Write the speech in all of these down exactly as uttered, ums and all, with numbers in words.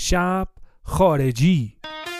شب خارجی.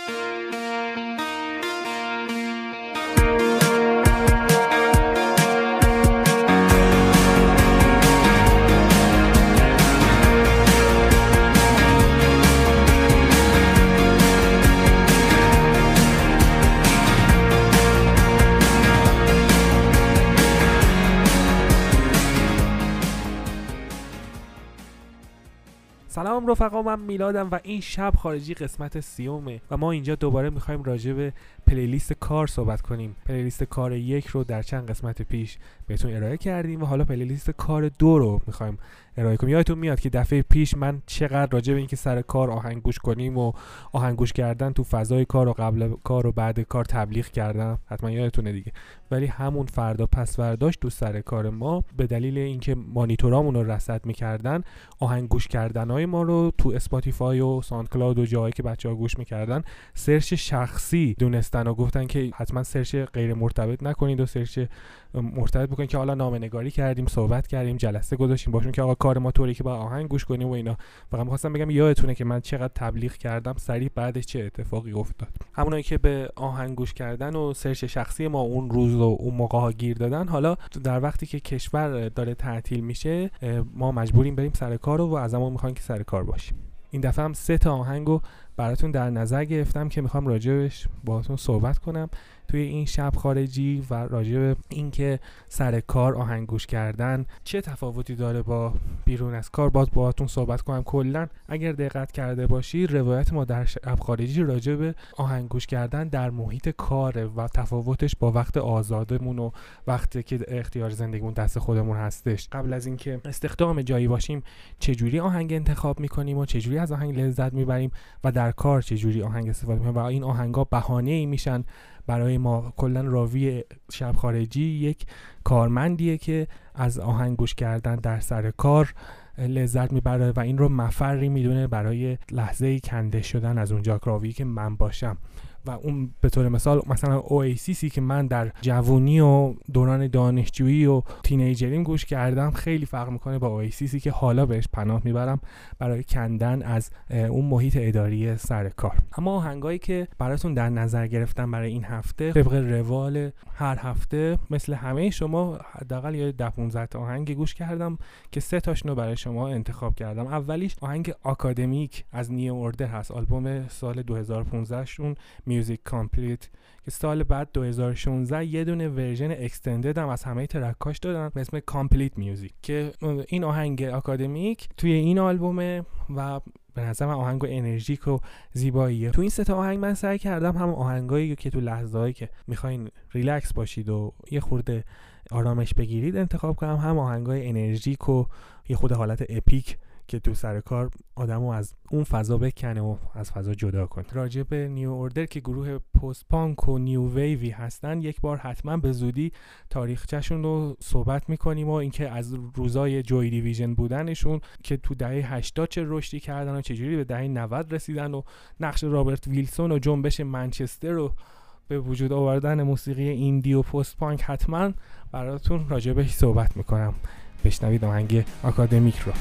سلام رفقا، من میلادم و این شب خارجی قسمت سیومه و ما اینجا دوباره میخوایم راجع به پلیلیست کار صحبت کنیم. پلیلیست کار یک رو در چند قسمت پیش بهتون ارائه کردیم و حالا پلیلیست کار دو رو میخوایم ارائه کنیم. یادتون میاد که دفعه پیش من چقدر راجع به اینکه سر کار آهنگ گوش کنیم و آهنگ گوش کردن تو فضای کار و قبل کار و بعد کار تبلیغ کردم، حتما یادتونه دیگه. ولی همون فردا پس فرداش تو سر کار ما به دلیل اینکه مانیتورامون رو رصد میکردن، آهنگ گوش کردنهای ما رو تو اسپاتیفای و ساوند کلاود و جایی که بچه‌ها گوش میکردن سرچ شخصی دونستن و گفتن که حتما سرچ غیر مرتبط نکنید و سرچ مرتبط بکنید، که حالا نامه‌نگاری کردیم، صحبت کردیم، جلسه گذاشتیم باشون که آقا کار ما طوری که با آهنگ گوش کنیم و اینا. فقط می‌خواستم بگم یادتونه که من چقدر تبلیغ کردم، سریع بعدش چه اتفاقی افتاد. همونایی که به آهنگ گوش کردن و سرچ شخصی ما اون روز و اون موقع ها گیر دادن، حالا در وقتی که کشور داره تعطیل میشه ما مجبوریم بریم سر کار و ازمون میخوان که سر کار باشیم. این دفعه هم سه تا آهنگو براتون در نظر گرفتم که میخوام راجعش باهاتون صحبت کنم توی این شب خارجی و راجع به اینکه سر کار آهنگ گوش کردن چه تفاوتی داره با بیرون از کار. باز باهاتون صحبت کنم. کلا اگر دقت کرده باشی روایت ما در شب خارجی راجع به آهنگ گوش کردن در محیط کاره و تفاوتش با وقت آزادمون و وقتی که اختیار زندگیمون دست خودمون هستش. قبل از اینکه استخدام جایی باشیم چجوری آهنگ انتخاب میکنیم و چجوری از آهنگ لذت میبریم و در کار چجوری آهنگ استفاده میکنیم و این آهنگا بهانه‌ای میشن برای ما. کلا راوی شب خارجی یک کارمندیه که از آهنگ گوش کردن در سر کار لذت میبره و این رو مفری میدونه برای لحظه کنده شدن از اونجا راوی که من باشم. و اون به طور مثال مثلا اویسیسی که من در جوونی و دوران دانشجویی و تینیجریم گوش کردم خیلی فرق میکنه با اویسیسی که حالا بهش پناه میبرم برای کندن از اون محیط اداری سر کار. اما آهنگایی که براتون در نظر گرفتم برای این هفته طبق روال هر هفته مثل همه شما حداقل یه ده پانزده تا آهنگ گوش کردم که سه تاشونو برای شما انتخاب کردم. اولیش آهنگ آکادمیک از نیو اوردر هست، آلبوم سال دو هزار و پانزده شون میوزیک کامپلیت، که سال بعد دو هزار و شانزده یه دونه ورژن اکستندد هم از همه ترکاش دادن به اسم کامپلیت میوزیک، که این آهنگ آکادمیک توی این آلبومه و به نظر من آهنگ انرژیک و زیباییه. تو این سه تا آهنگ من سعی کردم هم آهنگایی که تو لحظه‌ای که میخواین ریلکس باشید و یه خورده آرامش بگیرید انتخاب کنم، هم آهنگای انرژیک و یه خورده حالت اپیک که تو سر کار آدمو از اون فضا بکنه و از فضا جدا کنه. راجع به نیو اوردر که گروه پست پانک و نیو ویوی هستن یک بار حتما به زودی تاریخچه‌شون رو صحبت میکنیم و اینکه از روزای جوی دیویژن بودنشون که تو دهه هشتاد چه رشدی کردن و چجوری به دهه نود رسیدن و نقش رابرت ویلسون و جنبش منچستر رو به وجود آوردن موسیقی ایندی و پست پانک حتما براتون راجع بهش صحبت میکنم. بشنوید آهنگ آکادمیک رو.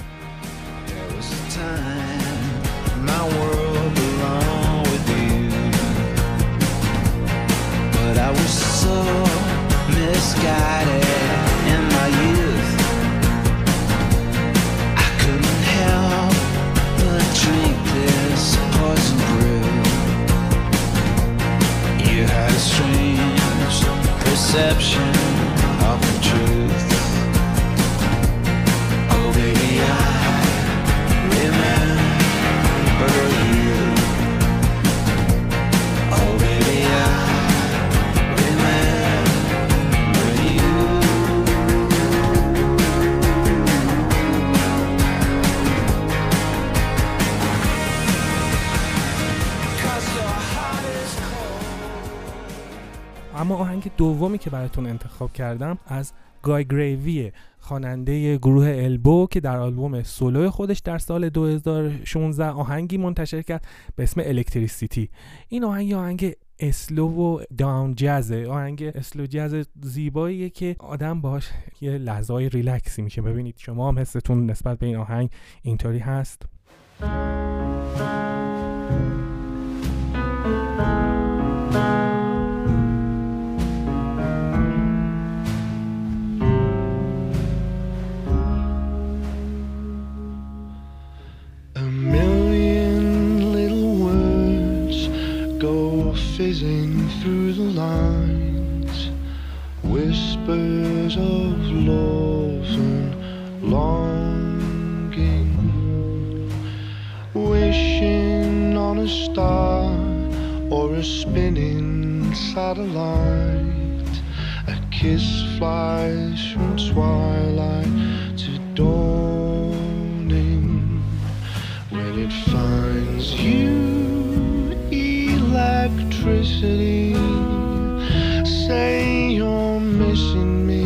Time, my world belonged with you, but I was so misguided in my youth. I couldn't help but drink this poison brew. You had a strange perception of the truth. Oh baby, I اما آهنگ دومی که براتون انتخاب کردم از گای گریوی، خواننده گروه البو که در آلبوم سولو خودش در سال دو هزار و شانزده آهنگی منتشر کرد به اسم الکتریسیتی. این آهنگ آهنگ اسلو و داون جازه، آهنگ اسلو جاز زیباییه که آدم باهاش یه لحظه‌ای ریلکسی میشه. ببینید شما هم حستون نسبت به این آهنگ اینطوری هست؟ fizzing through the lines, whispers of love and longing, wishing on a star or a spinning satellite. A kiss flies from twilight to dawning. When it finds you, electricity, say you're missing me,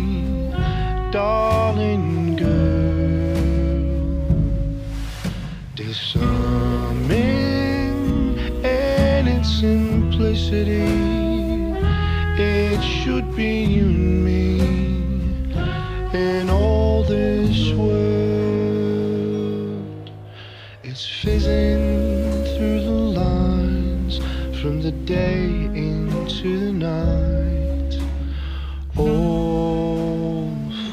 darling girl. Disarming in its simplicity, it should be you and me in all this world. It's fizzing through the lines from the day into the night. All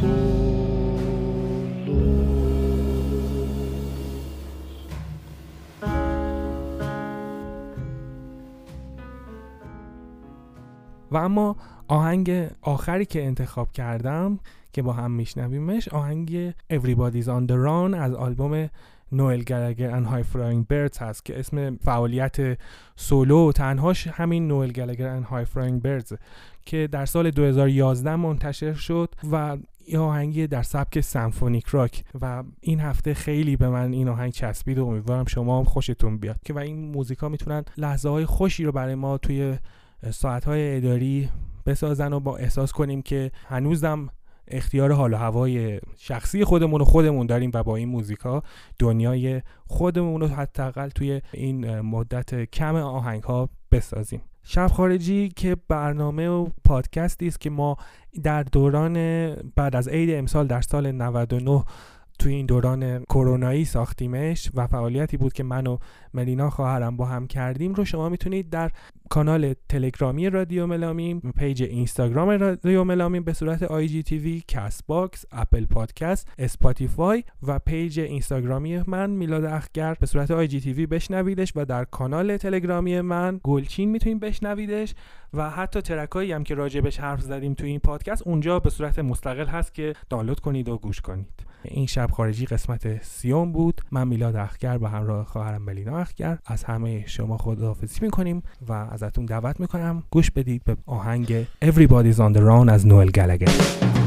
و اما آهنگ آخری که انتخاب کردم که با هم میشنویمش آهنگ Everybody's on the Run از آلبوم نوئل گلگر and High Flying Birds هست که اسم فعالیت سولو تنهاش همین نوئل گلگر and High Flying Birds که در سال دو هزار و یازده منتشر شد و این آهنگی در سبک سمفونیک راک و این هفته خیلی به من این آهنگ چسبید و امیدوارم شما هم خوشتون بیاد که و این موزیکا میتونن لحظه های خوشی رو برای ما توی ساعت‌های اداری بسازن و با احساس کنیم که هنوزم اختیار حال و هوای شخصی خودمون رو خودمون داریم و با این موزیکا دنیای خودمون رو حداقل توی این مدت کم آهنگ‌ها بسازیم. شب خارجی که برنامه و پادکستی است که ما در دوران بعد از عید امسال در سال نود و نه توی این دوران کرونایی ساختیمش و فعالیتی بود که من و ملینا خواهرم با هم کردیم رو شما میتونید در کانال تلگرامی رادیو ملامیم، پیج اینستاگرام رادیو ملامیم به صورت آی جی تی وی، کست باکس، اپل پادکست، اسپاتیفای و پیج اینستاگرامی من میلاد اخگر به صورت آی جی تی وی بشنویدش و در کانال تلگرامی من گلچین میتونید بشنویدش و حتی ترکایی هم که راجبش حرف زدیم توی این پادکست اونجا به صورت مستقل هست که دانلود کنید و گوش کنید. این شب خارجی قسمت سیوم بود. من میلاد اخگر با همراه خواهرم ملینا اخگر از همه شما خداحافظی میکنیم و ازتون دعوت میکنم گوش بدید به آهنگ Everybody's on the Run از نوئل گلگر.